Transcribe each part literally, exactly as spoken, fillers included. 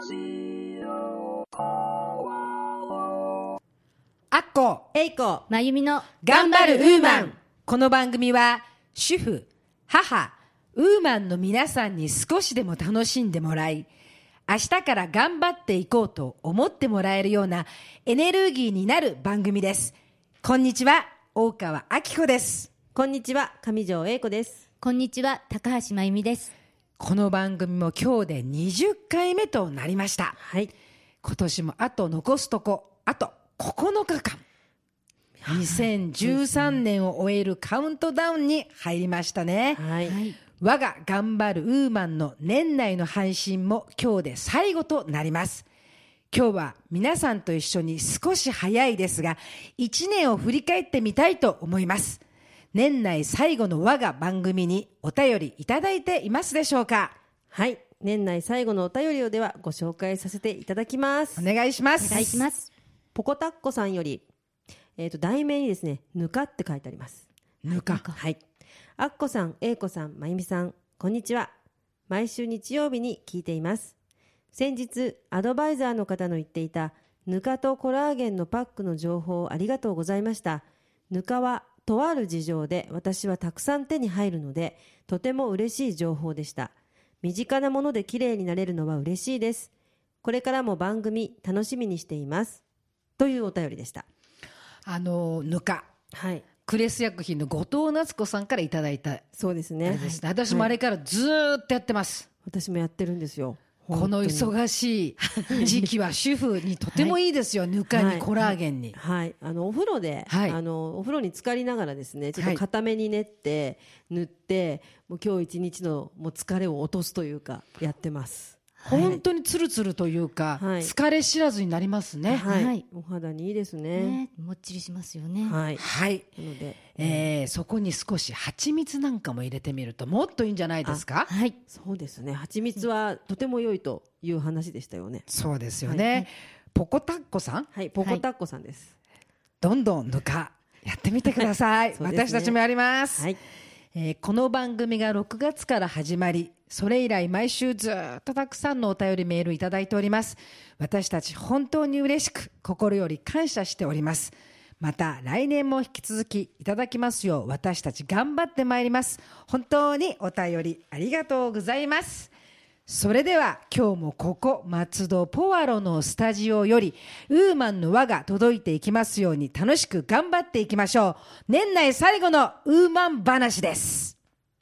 あっこえいこまゆみの頑張るウーマン。この番組は主婦、母、ウーマンの皆さんに少しでも楽しんでもらい、明日から頑張っていこうと思ってもらえるようなエネルギーになる番組です。こんにちは、大川明子です。 こんにちは、上条英子です。 こんにちは、高橋まゆみです。 この番組も今日でにじゅっかいめとなりました。 はい。 今年もあと残すとこあとここのかかん、にせんじゅうさんねんを終えるカウントダウンに入りましたね。 はい、はい、 我が頑張るウーマンの年内の配信も今日で最後となります。今日は皆さんと一緒に少し早いですがいちねんを振り返ってみたいと思います。年内最後の我が番組にお便りいただいていますでしょうか。 はい、年内最後のお便りをではご紹介させていただきます。 お願いします。 お願いします。 ポコタッコさんより、えーと、題名にですね、ぬかって書いてあります。 ぬか。 はい。あっこさん、えいこさん、まゆみさん、こんにちは。毎週日曜日に聞いています。先日、アドバイザーの方の言っていたぬかとコラーゲンのパックの情報ありがとうございました。ぬかはとある事情で私はたくさん手に入るので、とても嬉しい情報でした。身近なもので綺麗になれるのは嬉しいです。これからも番組楽しみにしています。というお便りでした。 あのぬか、 はい、 クレス薬品の後藤夏子さんからいただいた。 そうですね。 ですね、私もあれからずーっとやってます。 はい、私もやってるんですよ。 この忙しい時期は主婦にとてもいいですよ、はい、ぬかにコラーゲンに、 はいはい、あのお風呂で、はい、あのお風呂に浸かりながらですね、ちょっと固めに練って塗って、もう今日一日のもう疲れを落とすというかやってます。 本当にツルツルというか、はい、疲れ知らずになりますね。 はいはい、お肌にいいですね。 ね、もっちりしますよね。 はい、はい、なので、えー、そこに少し蜂蜜なんかも入れてみるともっといいんじゃないですか。 はい、そうですね。蜂蜜はとても良いという話でしたよね。 そうですよね。はい、ポコタッコさん、 はい、ポコタッコさんです。 どんどんぬかやってみてください。ね、私たちもやります。はい、えー、この番組がろくがつから始まり、それ以来毎週ずっとたくさんのお便りメールいただいております。私たち本当に嬉しく心より感謝しております。また来年も引き続きいただきますよう私たち頑張ってまいります。本当にお便りありがとうございます。それでは今日もここ松戸ポワロのスタジオよりウーマンの輪が届いていきますように楽しく頑張っていきましょう。年内最後のウーマン話です。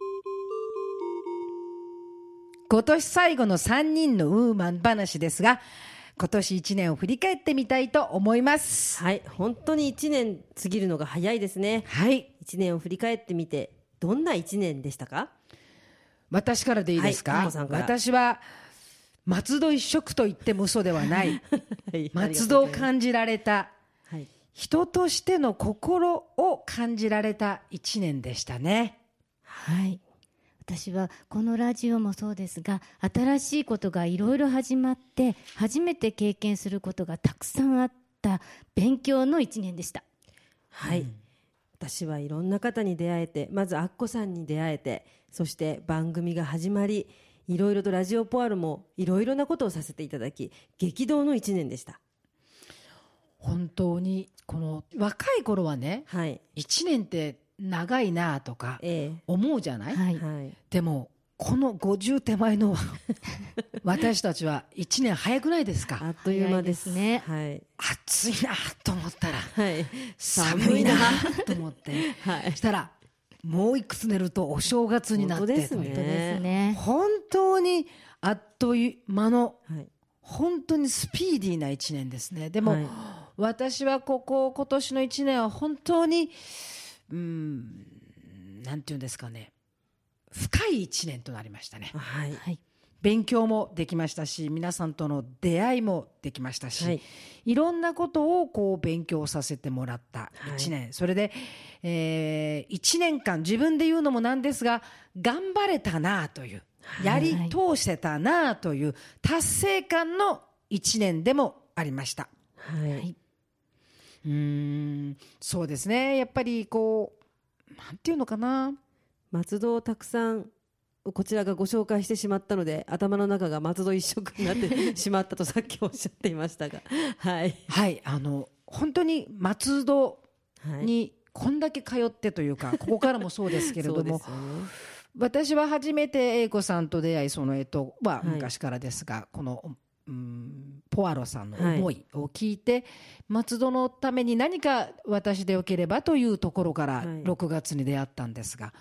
今年最後のさんにんのウーマン話ですが、今年いちねんを振り返ってみたいと思います。 はい、本当にいちねん過ぎるのが早いですね。 はい、 いちねんを振り返ってみてどんないちねんでしたか。 私からでいいですか。はい、私は松戸一色と言っても嘘ではない、はい、松戸を感じられた、はい、人としての心を感じられたいちねんでしたね。 はい、私はこのラジオもそうですが、新しいことがいろいろ始まって初めて経験することがたくさんあった勉強のいちねんでした。 はい、うん、私はいろんな方に出会えて、まずアッコさんに出会えて、そして番組が始まり、いろいろとラジオポアロもいろいろなことをさせていただき、激動のいちねんでした。 本当にこの若い頃はね、はい、いちねんって長いなとか思うじゃない、ええ、はい、でもこのごじゅう手前の私たちはいちねん早くないですか。 あっという間ですね。 はい、暑いなと思ったら、はい、寒いなと思って、はい、したらもういくつ寝るとお正月になって、 本当ですね、 本当にあっという間の、はい、本当にスピーディーないちねんですね。でも、はい、私はここ今年のいちねんは本当にうーんなんていうんですかね、深いいちねんとなりましたね。はいはい、勉強もできましたし、皆さんとの出会いもできましたし、はい、いろんなことをこう勉強させてもらったいちねん、はい、それで、えー、いちねんかん自分で言うのもなんですが頑張れたなという、やり通してたなという達成感のいちねんでもありました。はいはい、うーんそうですね、やっぱりこうなんていうのかな、 松戸をたくさんこちらがご紹介してしまったので頭の中が松戸一色になってしまったとさっきおっしゃっていましたがはい、 はい、あの本当に松戸にこんだけ通ってというか、はい、ここからもそうですけれども、ね、私は初めて英子さんと出会い、そのえとは昔からですが、はい、このうんポアロさんの思いを聞いて、はい、松戸のために何か私でよければというところからろくがつに出会ったんですが、はい、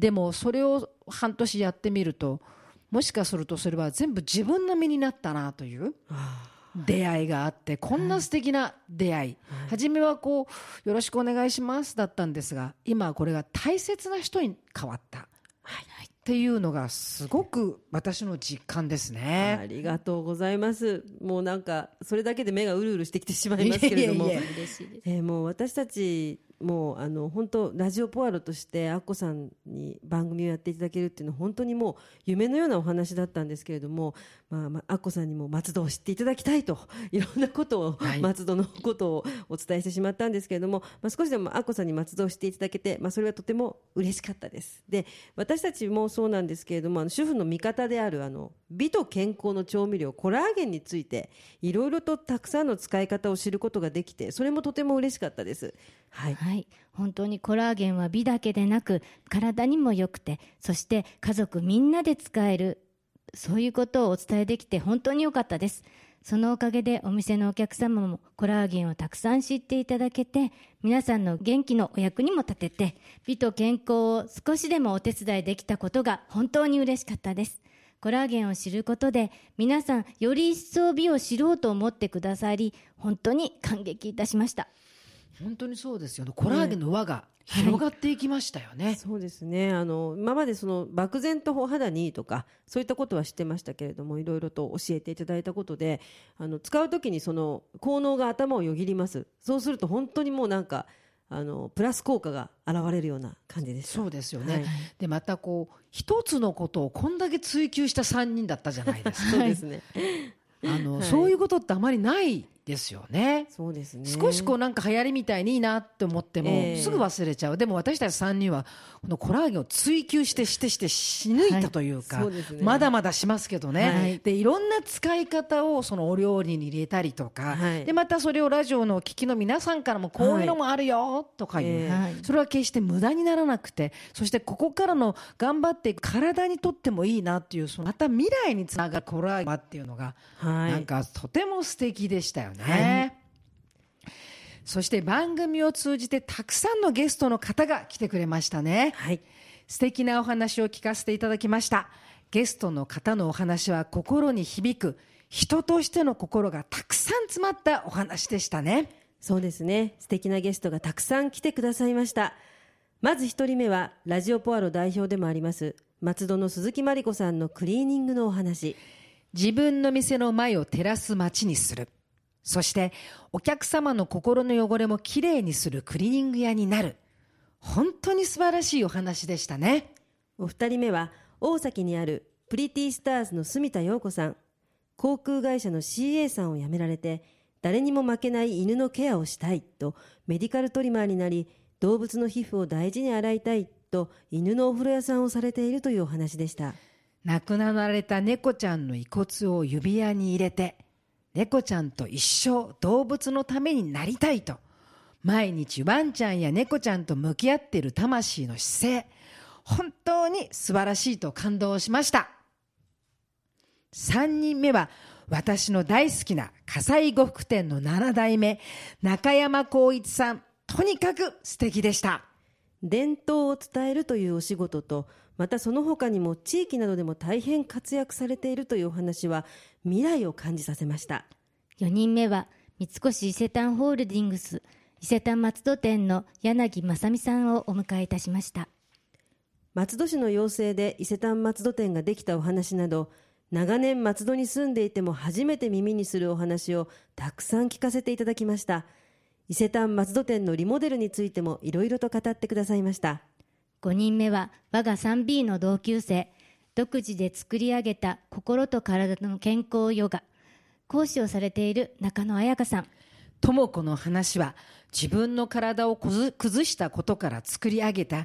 でもそれを半年やってみると、もしかするとそれは全部自分の身になったなという出会いがあって、こんな素敵な出会い、はい、初めはこうよろしくお願いしますだったんですが、今はこれが大切な人に変わった、はいはい、っていうのがすごく私の実感ですね。 ありがとうございます。もうなんかそれだけで目がうるうるしてきてしまいますけれども、いやいやいや嬉しいです。えー、もう私たちもうあの本当ラジオポアロとしてアッコさんに番組をやっていただけるっていうのは本当にもう夢のようなお話だったんですけれども、まあ、まあアッコさんにも松戸を知っていただきたいといろんなことを、はい、松戸のことをお伝えしてしまったんですけれども、まあ、少しでもアッコさんに松戸を知っていただけて、まあ、それはとても嬉しかったです。で、私たちもそうなんですけれども、あの主婦の味方であるあの美と健康の調味料コラーゲンについていろいろとたくさんの使い方を知ることができて、それもとても嬉しかったです。はい、 はい、本当にコラーゲンは美だけでなく体にも良くて、そして家族みんなで使える、そういうことをお伝えできて本当に良かったです。そのおかげでお店のお客様もコラーゲンをたくさん知っていただけて、皆さんの元気のお役にも立てて、美と健康を少しでもお手伝いできたことが本当に嬉しかったです。コラーゲンを知ることで皆さんより一層美を知ろうと思ってくださり、本当に感激いたしました。 本当にそうですよね。コラーゲンの輪が広がっていきましたよね。はい、 そうですね。あの今までその漠然とお肌にいいとかそういったことは知ってましたけれども、いろいろと教えていただいたことで、あの使うときにその効能が頭をよぎります。そうすると本当にもうなんかあのプラス効果が現れるような感じでした。 そうですよね。はい、でまたこう一つのことをこんだけ追求したさんにんだったじゃないですか。 そうですね。 あの、はい、そういうことってあまりないですよね。 そうですね。 少しこうなんか流行りみたいにいいなって思っても、えー、すぐ忘れちゃう。でも私たちさんにんはこのコラーゲンを追求してしてして死ぬいたというか、はい、そうですね、まだまだしますけどね、はい、でいろんな使い方をそのお料理に入れたりとか、はい、でまたそれをラジオの聞きの皆さんからもこういうのもあるよとかいう、はい、それは決して無駄にならなくて、そしてここからの頑張っていく体にとってもいいなっていう、そのまた未来につながるコラーゲンっていうのが、はい、なんかとても素敵でしたよね。はい、そして番組を通じてたくさんのゲストの方が来てくれましたね。はい、素敵なお話を聞かせていただきました。ゲストの方のお話は心に響く、人としての心がたくさん詰まったお話でしたね。 そうですね。素敵なゲストがたくさん来てくださいました。まず一人目はラジオポアロ代表でもあります松戸の鈴木真理子さんのクリーニングのお話。 自分の店の前を照らす街にする、そしてお客様の心の汚れもきれいにするクリーニング屋になる。本当に素晴らしいお話でしたね。 お二人目は大崎にあるプリティスターズの住田陽子さん。航空会社の シーエー さんを辞められて、誰にも負けない犬のケアをしたいとメディカルトリマーになり、動物の皮膚を大事に洗いたいと犬のお風呂屋さんをされているというお話でした。 亡くなられた猫ちゃんの遺骨を指輪に入れて、猫ちゃんと一生動物のためになりたいと、毎日ワンちゃんや猫ちゃんと向き合っている魂の姿勢、本当に素晴らしいと感動しました。さんにんめは私の大好きな葛西呉服店のなな代目中山光一さん。とにかく素敵でした。 伝統を伝えるというお仕事と、またその他にも地域などでも大変活躍されているというお話は未来を感じさせました。 よにんめは三越伊勢丹ホールディングス伊勢丹松戸店の柳正美さんをお迎えいたしました。 松戸市の要請で伊勢丹松戸店ができたお話など、長年松戸に住んでいても初めて耳にするお話をたくさん聞かせていただきました。伊勢丹松戸店のリモデルについてもいろいろと語ってくださいました。 ごにんめは我が スリービー の同級生、独自で作り上げた心と体の健康ヨガ講師をされている中野彩香さん。 智子の話は自分の体を崩したことから作り上げた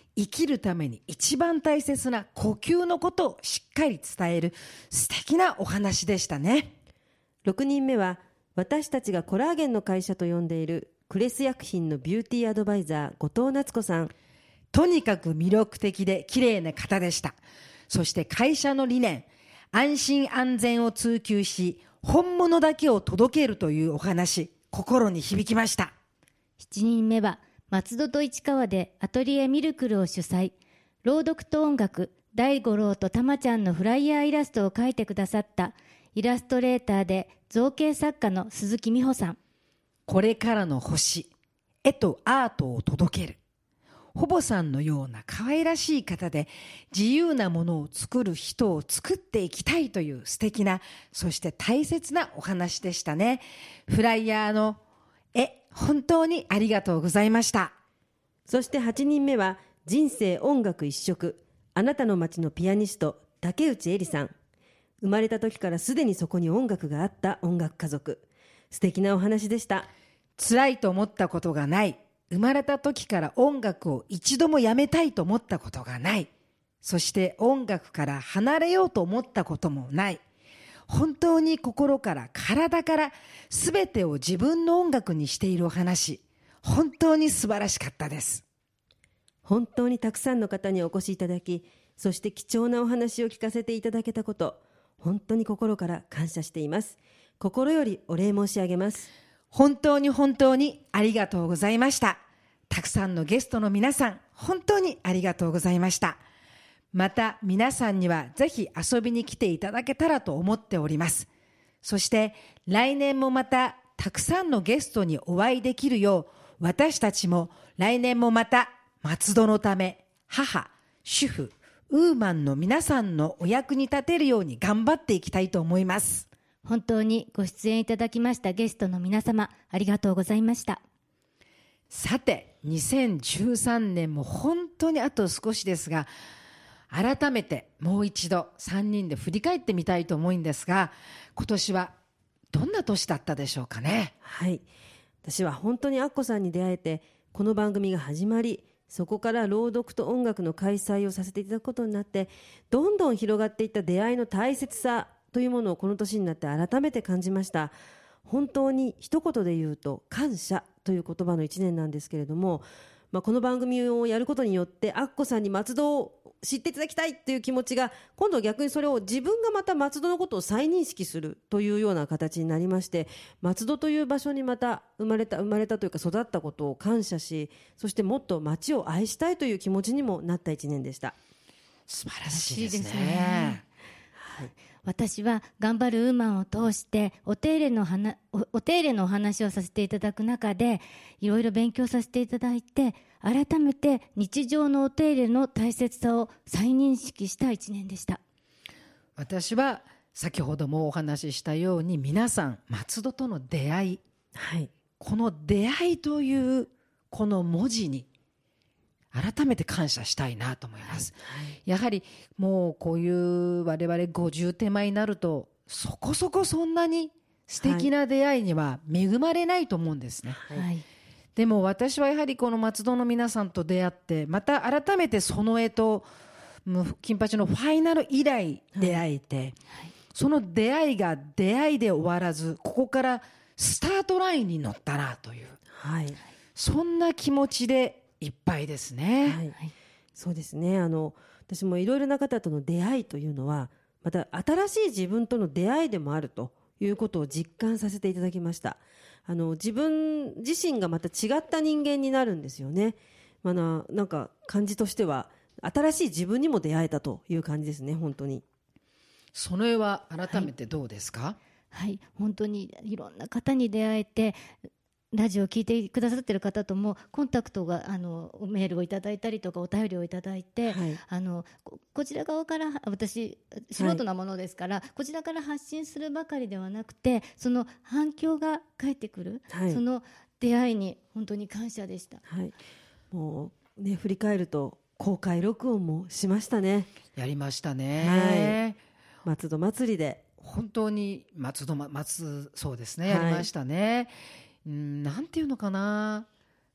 生きるために一番大切な呼吸のことをしっかり伝える素敵なお話でしたね。 ろくにんめは私たちがコラーゲンの会社と呼んでいるクレス薬品のビューティーアドバイザー後藤夏子さん。 とにかく魅力的で綺麗な方でした。そして会社の理念、安心安全を追求し本物だけを届けるというお話、心に響きました。 しちにんめは松戸と市川でアトリエミルクルを主催、朗読と音楽、大五郎とたまちゃんのフライヤーイラストを描いてくださったイラストレーターで造形作家の鈴木美穂さん。 これからの星、絵とアートを届ける。ほぼさんのような可愛らしい方で自由なものを作る人を作っていきたいという素敵な、そして大切なお話でしたね。フライヤーの絵、本当にありがとうございました。 そしてはちにんめは人生音楽一色、あなたの街のピアニスト竹内恵里さん。生まれた時からすでにそこに音楽があった音楽家族。素敵なお話でした。 辛いと思ったことがない。生まれた時から音楽を一度もやめたいと思ったことがない。そして音楽から離れようと思ったこともない。本当に心から体から全てを自分の音楽にしているお話、本当に素晴らしかったです。 本当にたくさんの方にお越しいただき、そして貴重なお話を聞かせていただけたこと、本当に心から感謝しています。心よりお礼申し上げます。 本当に本当にありがとうございました。たくさんのゲストの皆さん、本当にありがとうございました。また皆さんにはぜひ遊びに来ていただけたらと思っております。そして来年もまたたくさんのゲストにお会いできるよう、私たちも来年もまた松戸のため、母、主婦、ウーマンの皆さんのお役に立てるように頑張っていきたいと思います。 本当にご出演いただきましたゲストの皆様、ありがとうございました。 さて、にせんじゅうさんねんも本当にあと少しですが、改めてもう一度さんにんで振り返ってみたいと思うんですが、今年はどんな年だったでしょうかね。 はい、私は本当にアッコさんに出会えて、この番組が始まり、そこから朗読と音楽の開催をさせていただくことになって、どんどん広がっていった出会いの大切さというものをこの年になって改めて感じました。本当に一言で言うと感謝という言葉の一年なんですけれども、まあ、この番組をやることによってアッコさんに松戸を知っていただきたいという気持ちが、今度は逆にそれを自分がまた松戸のことを再認識するというような形になりまして、松戸という場所にまた生まれた生まれたというか育ったことを感謝し、そしてもっと町を愛したいという気持ちにもなった一年でした。 素晴らしいですね。 素晴らしいですね。はい、私は頑張るウーマンを通してお手入れの話 お, お手入れのお話をさせていただく中で、いろいろ勉強させていただいて、改めて日常のお手入れの大切さを再認識した一年でした。 私は先ほどもお話ししたように、皆さん松戸との出会い、はい、この出会いというこの文字に改めて感謝したいなと思います、はいはい、やはりもうこういう我々ごじゅう手前になると、そこそこそんなに素敵な出会いには恵まれないと思うんですね、はいはい、でも私はやはりこの松戸の皆さんと出会って、また改めてその絵と金八のファイナル以来出会えて、はいはい、その出会いが出会いで終わらず、ここからスタートラインに乗ったなという、はい、そんな気持ちでいっぱいですね、はい、 そうですね。あの私もいろいろな方との出会いというのは、また新しい自分との出会いでもあるということを実感させていただきました。あの自分自身がまた違った人間になるんですよね、まあ、な, なんか感じとしては新しい自分にも出会えたという感じですね。本当にそれは改めてどうですか？ はい、はい、本当にいろんな方に出会えて、ラジオを聞いてくださっている方ともコンタクトがあのメールをいただいたりとかお便りをいただいて、はい、あの こ, こちら側から私素人なものですから、はい、こちらから発信するばかりではなくて、その反響が返ってくる、はい、その出会いに本当に感謝でした、 はい、もうね、振り返ると公開録音もしましたね。 やりましたね、 はい、松戸祭りで本当に松戸、ま、松そうですね、やりましたね、はい、うん、なんていうのかな、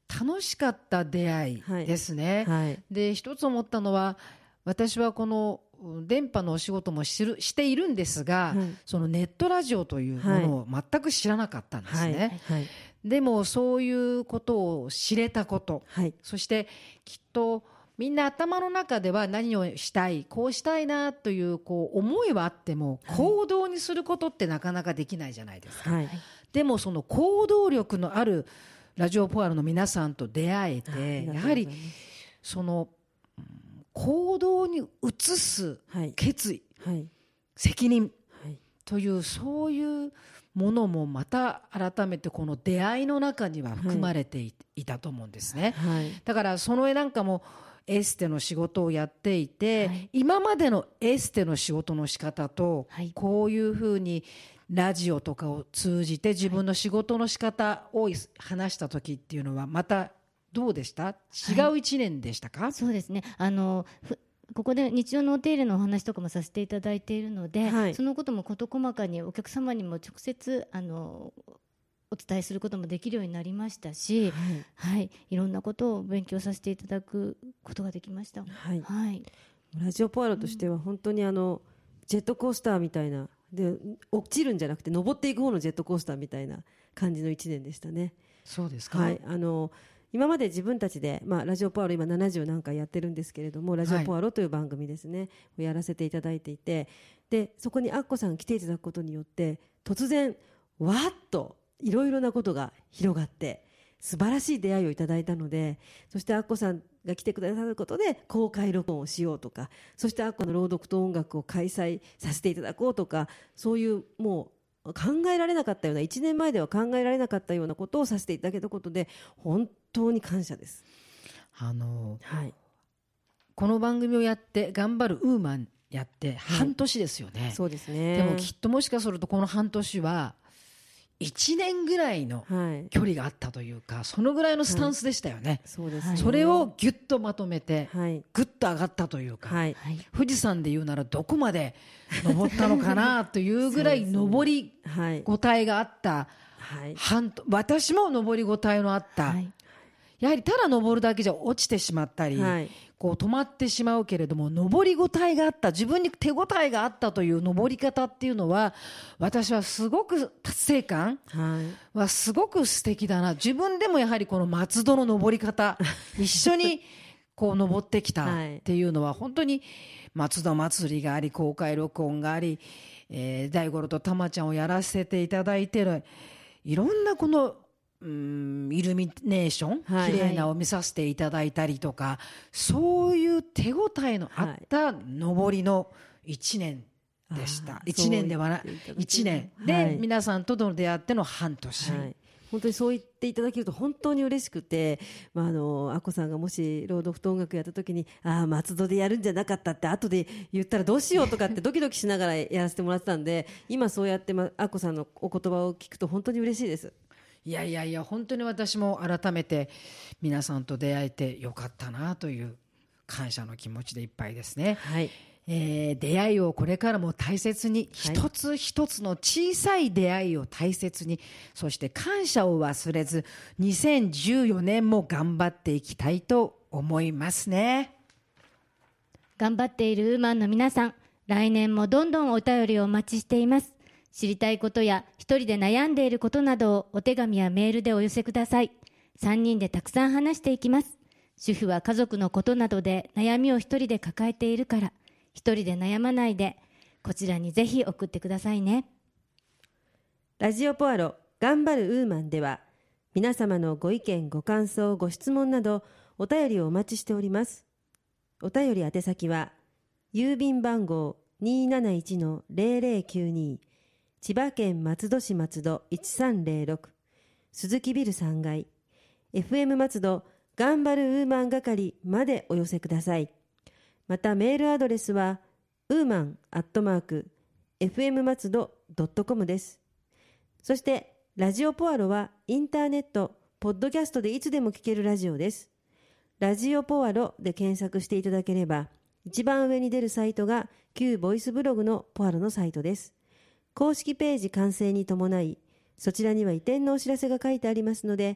楽しかった出会いですね、 はいはい、 で一つ思ったのは、私はこの電波のお仕事もしるしているんですが、はい、そのネットラジオというものを全く知らなかったんですね、はいはい、でもそういうことを知れたこと、はい、そしてきっとみんな頭の中では何をしたい、こうしたいなという、こう思いはあっても、行動にすることってなかなかできないじゃないですか、はい、でもその行動力のあるラジオポアロの皆さんと出会えて、やはりその行動に移す決意、はいはい、責任という、そういうものもまた改めてこの出会いの中には含まれて い,、はい、いたと思うんですね、はい、だからその絵なんかもエステの仕事をやっていて、はい、今までのエステの仕事の仕方と、はい、こういうふうにラジオとかを通じて自分の仕事の仕方を話した時っていうのはまたどうでした？違う一年でしたか？はい、 そうですね、あのここで日常のお手入れのお話とかもさせていただいているので、はい、そのことも事細かにお客様にも直接あのお伝えすることもできるようになりましたし、はいはい、いろんなことを勉強させていただくことができました、はいはい、 ラジオポアロとしては本当にあのジェットコースターみたいなで、落ちるんじゃなくて登っていく方のジェットコースターみたいな感じのいちねんでしたね。 そうですか、 はい、あの今まで自分たちで、まあ、ラジオポアロ今ななじゅう何回やってるんですけれども、ラジオポアロという番組ですね、はい、をやらせていただいていて、でそこにアッコさん来ていただくことによって突然わーっといろいろなことが広がって素晴らしい出会いをいただいたので、そしてアッコさんが来てくださることで公開録音をしようとか、そしてアッコの朗読と音楽を開催させていただこうとか、そういうもう考えられなかったような、いちねんまえでは考えられなかったようなことをさせていただけたことで本当に感謝です。 あの、はい、この番組をやって頑張るウーマンやって半年ですよね、はい、 そうですね。 でもきっともしかするとこの半年はいちねんぐらいの距離があったというか、はい、そのぐらいのスタンスでしたよね、はい、そうですね。それをギュッとまとめて、はい、グッと上がったというか、はい、富士山でいうならどこまで登ったのかなというぐらい登りごたえがあった、はい、半私も登りごたえのあった、はい、やはりただ登るだけじゃ落ちてしまったり、はい、こう止まってしまうけれども、登りごたえがあった、自分に手応えがあったという登り方っていうのは、私はすごく達成感はすごく素敵だな、自分でもやはりこの松戸の登り方一緒にこう登ってきたっていうのは、本当に松戸祭りがあり、公開録音があり、えー、大五郎とたまちゃんをやらせていただいてる、いろんなこのうーんイルミネーション、はい、綺麗なを見させていただいたりとか、そういう手応えのあった上りのいちねんでした、はい、いちねんではないちねんで、はい、皆さんとの出会っての半年、はい、 本当にそう言っていただけると本当に嬉しくて、まあ、あのアッコさんがもし朗読と音楽やった時に、ああ松戸でやるんじゃなかったって後で言ったらどうしようとかってドキドキしながらやらせてもらってたんで、今そうやって、ま、アッコさんのお言葉を聞くと本当に嬉しいです。 いやいやいや、本当に私も改めて皆さんと出会えてよかったなという感謝の気持ちでいっぱいですね、はい。えー、出会いをこれからも大切に、はい、一つ一つの小さい出会いを大切に、そして感謝を忘れずにせんじゅうよねんも頑張っていきたいと思いますね。 頑張っているウーマンの皆さん、来年もどんどんお便りをお待ちしています。知りたいことや一人で悩んでいることなどをお手紙やメールでお寄せください。さんにんでたくさん話していきます。主婦は家族のことなどで悩みを一人で抱えているから、一人で悩まないでこちらにぜひ送ってくださいね。 ラジオポアロ頑張るウーマンでは、皆様のご意見ご感想ご質問などお便りをお待ちしております。お便り宛先は郵便番号 にーなないちのゼロゼロきゅうに、千葉県松戸市松戸いちさんゼロろく、鈴木ビルさんがい、エフエム 松戸頑張るウーマン係までお寄せください。またメールアドレスはウーマンアットマーク エフエム 松戸ドットコム です。そしてラジオポアロはインターネットポッドキャストでいつでも聞けるラジオです。ラジオポアロで検索していただければ、一番上に出るサイトが旧ボイスブログのポアロのサイトです。公式ページ完成に伴い、そちらには移転のお知らせが書いてありますので、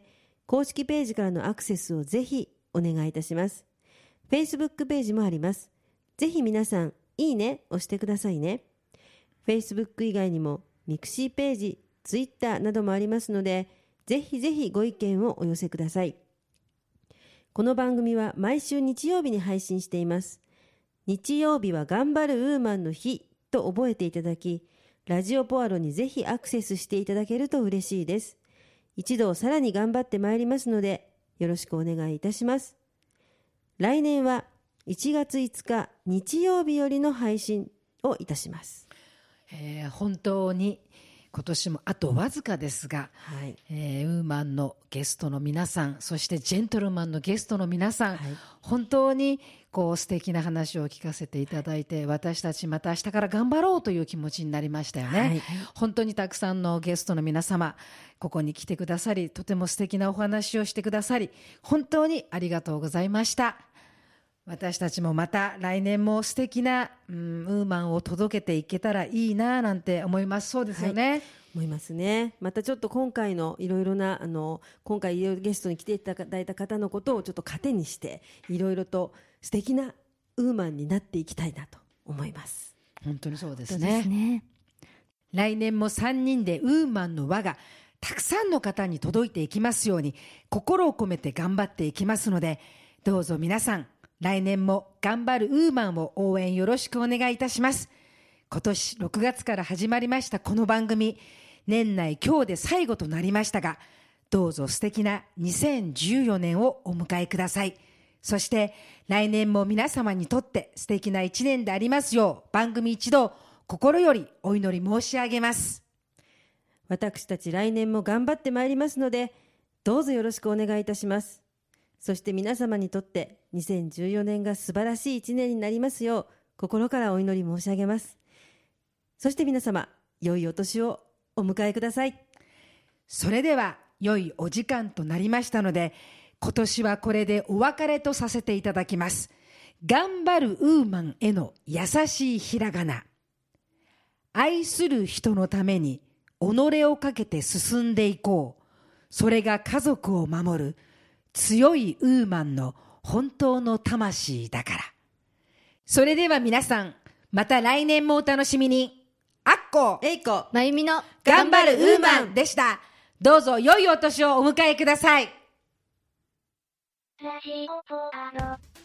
公式ページからのアクセスをぜひお願いいたします。Facebook ページもあります。ぜひ皆さん、いいね押してくださいね。Facebook 以外にもミクシーページ、Twitter などもありますので、ぜひぜひご意見をお寄せください。この番組は毎週日曜日に配信しています。日曜日は頑張るウーマンの日と覚えていただき、ラジオポアロにぜひアクセスしていただけると嬉しいです。一度さらに頑張ってまいりますので、よろしくお願いいたします。来年はいちがついつか日曜日よりの配信をいたします。 えー、本当に今年もあとわずかですが、はいえー、ウーマンのゲストの皆さん、そしてジェントルマンのゲストの皆さん、はい、本当にこう素敵な話を聞かせていただいて、私たちまた明日から頑張ろうという気持ちになりましたよね、はい、本当にたくさんのゲストの皆様、ここに来てくださり、とても素敵なお話をしてくださり、本当にありがとうございました。私たちもまた来年も素敵な、うん、ウーマンを届けていけたらいいななんて思います。そうですよね、 はい、思いますね。またちょっと今回のいろいろなあの今回いろいろゲストに来ていただいた方のことをちょっと糧にしていろいろと素敵なウーマンになっていきたいなと思います。 本当にそうですね。ですね。来年もさんにんでウーマンの輪がたくさんの方に届いていきますように心を込めて頑張っていきますので、どうぞ皆さん来年も頑張るウーマンを応援よろしくお願いいたします。今年ろくがつから始まりましたこの番組、年内今日で最後となりましたが、どうぞ素敵なにせんじゅうよねんをお迎えください。そして来年も皆様にとって素敵ないちねんでありますよう、番組一同心よりお祈り申し上げます。 私たち来年も頑張ってまいりますので、どうぞよろしくお願いいたします。そして皆様にとってにせんじゅうよねんが素晴らしいいちねんになりますよう心からお祈り申し上げます。そして皆様、良いお年をお迎えください。 それでは良いお時間となりましたので、今年はこれでお別れとさせていただきます。頑張るウーマンへの優しいひらがな。愛する人のために己をかけて進んでいこう。それが家族を守る強いウーマンの本当の魂だから。それでは皆さん、また来年もお楽しみに。アッコ、 エイコ、 まゆみの頑張るウーマンでした。どうぞ良いお年をお迎えください。 ラジオポアロ。